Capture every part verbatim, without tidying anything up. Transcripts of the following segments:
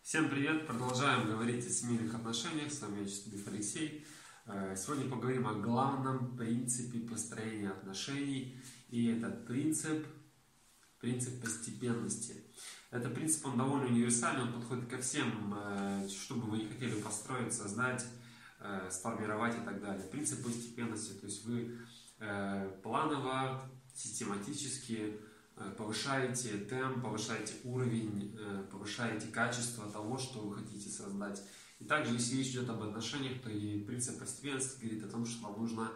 Всем привет! Продолжаем говорить о семейных отношениях. С вами я, Чистов Алексей. Сегодня поговорим о главном принципе построения отношений. И этот принцип – принцип постепенности. Этот принцип, он довольно универсальный, он подходит ко всем, что бы вы не хотели построить, создать, сформировать и так далее. Принцип постепенности, то есть вы планово, систематически повышаете темп, повышаете уровень, повышаете качество того, что вы хотите создать. И также, если речь идет об отношениях, то и принцип постепенности говорит о том, что вам нужно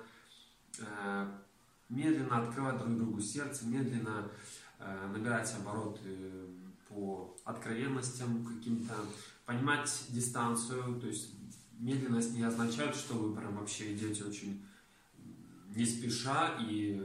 медленно открывать друг другу сердце, медленно набирать обороты по откровенностям каким-то, понимать дистанцию, то есть медленность не означает, что вы прям вообще идете очень не спеша и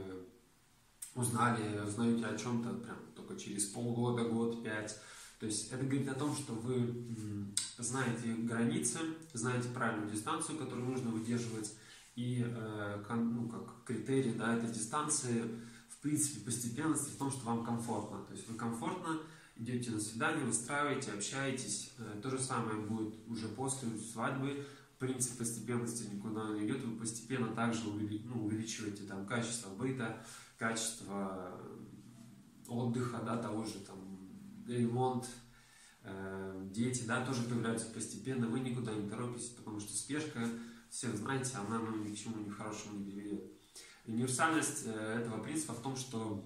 узнали, узнаете о чем-то прям только через полгода, год, пять. То есть это говорит о том, что вы знаете границы, знаете правильную дистанцию, которую нужно выдерживать, и ну, как критерий, да, этой дистанции, в принципе, постепенности в том, что вам комфортно. То есть вы комфортно идете на свидание, выстраиваете, общаетесь. То же самое будет уже после свадьбы. Принцип постепенности никуда не идет, вы постепенно также ну, увеличиваете там качество быта, качество отдыха, да, того же там ремонт, э, дети, да, тоже появляются постепенно, вы никуда не торопитесь, потому что спешка, все знаете, она ну, ни к чему, ни к хорошему не приведет. Универсальность э, этого принципа в том, что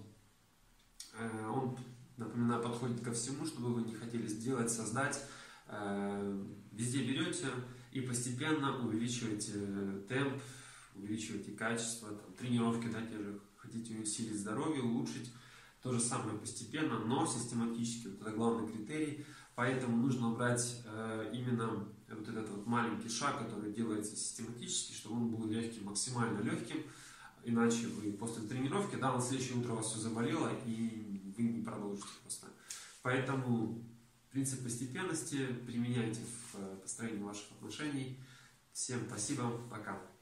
э, он, напоминаю, подходит ко всему, что бы вы не хотели сделать, создать, э, везде берете и постепенно увеличиваете темп, увеличиваете качество, там, тренировки, да, те же, хотите усилить здоровье, улучшить, то же самое постепенно, но систематически, вот это главный критерий, поэтому нужно брать э, именно вот этот вот маленький шаг, который делается систематически, чтобы он был легким, максимально легким, иначе вы после тренировки, да, на следующее утро у вас все заболело, и вы не продолжите просто. Поэтому принцип постепенности применяйте в построении ваших отношений. Всем спасибо, пока.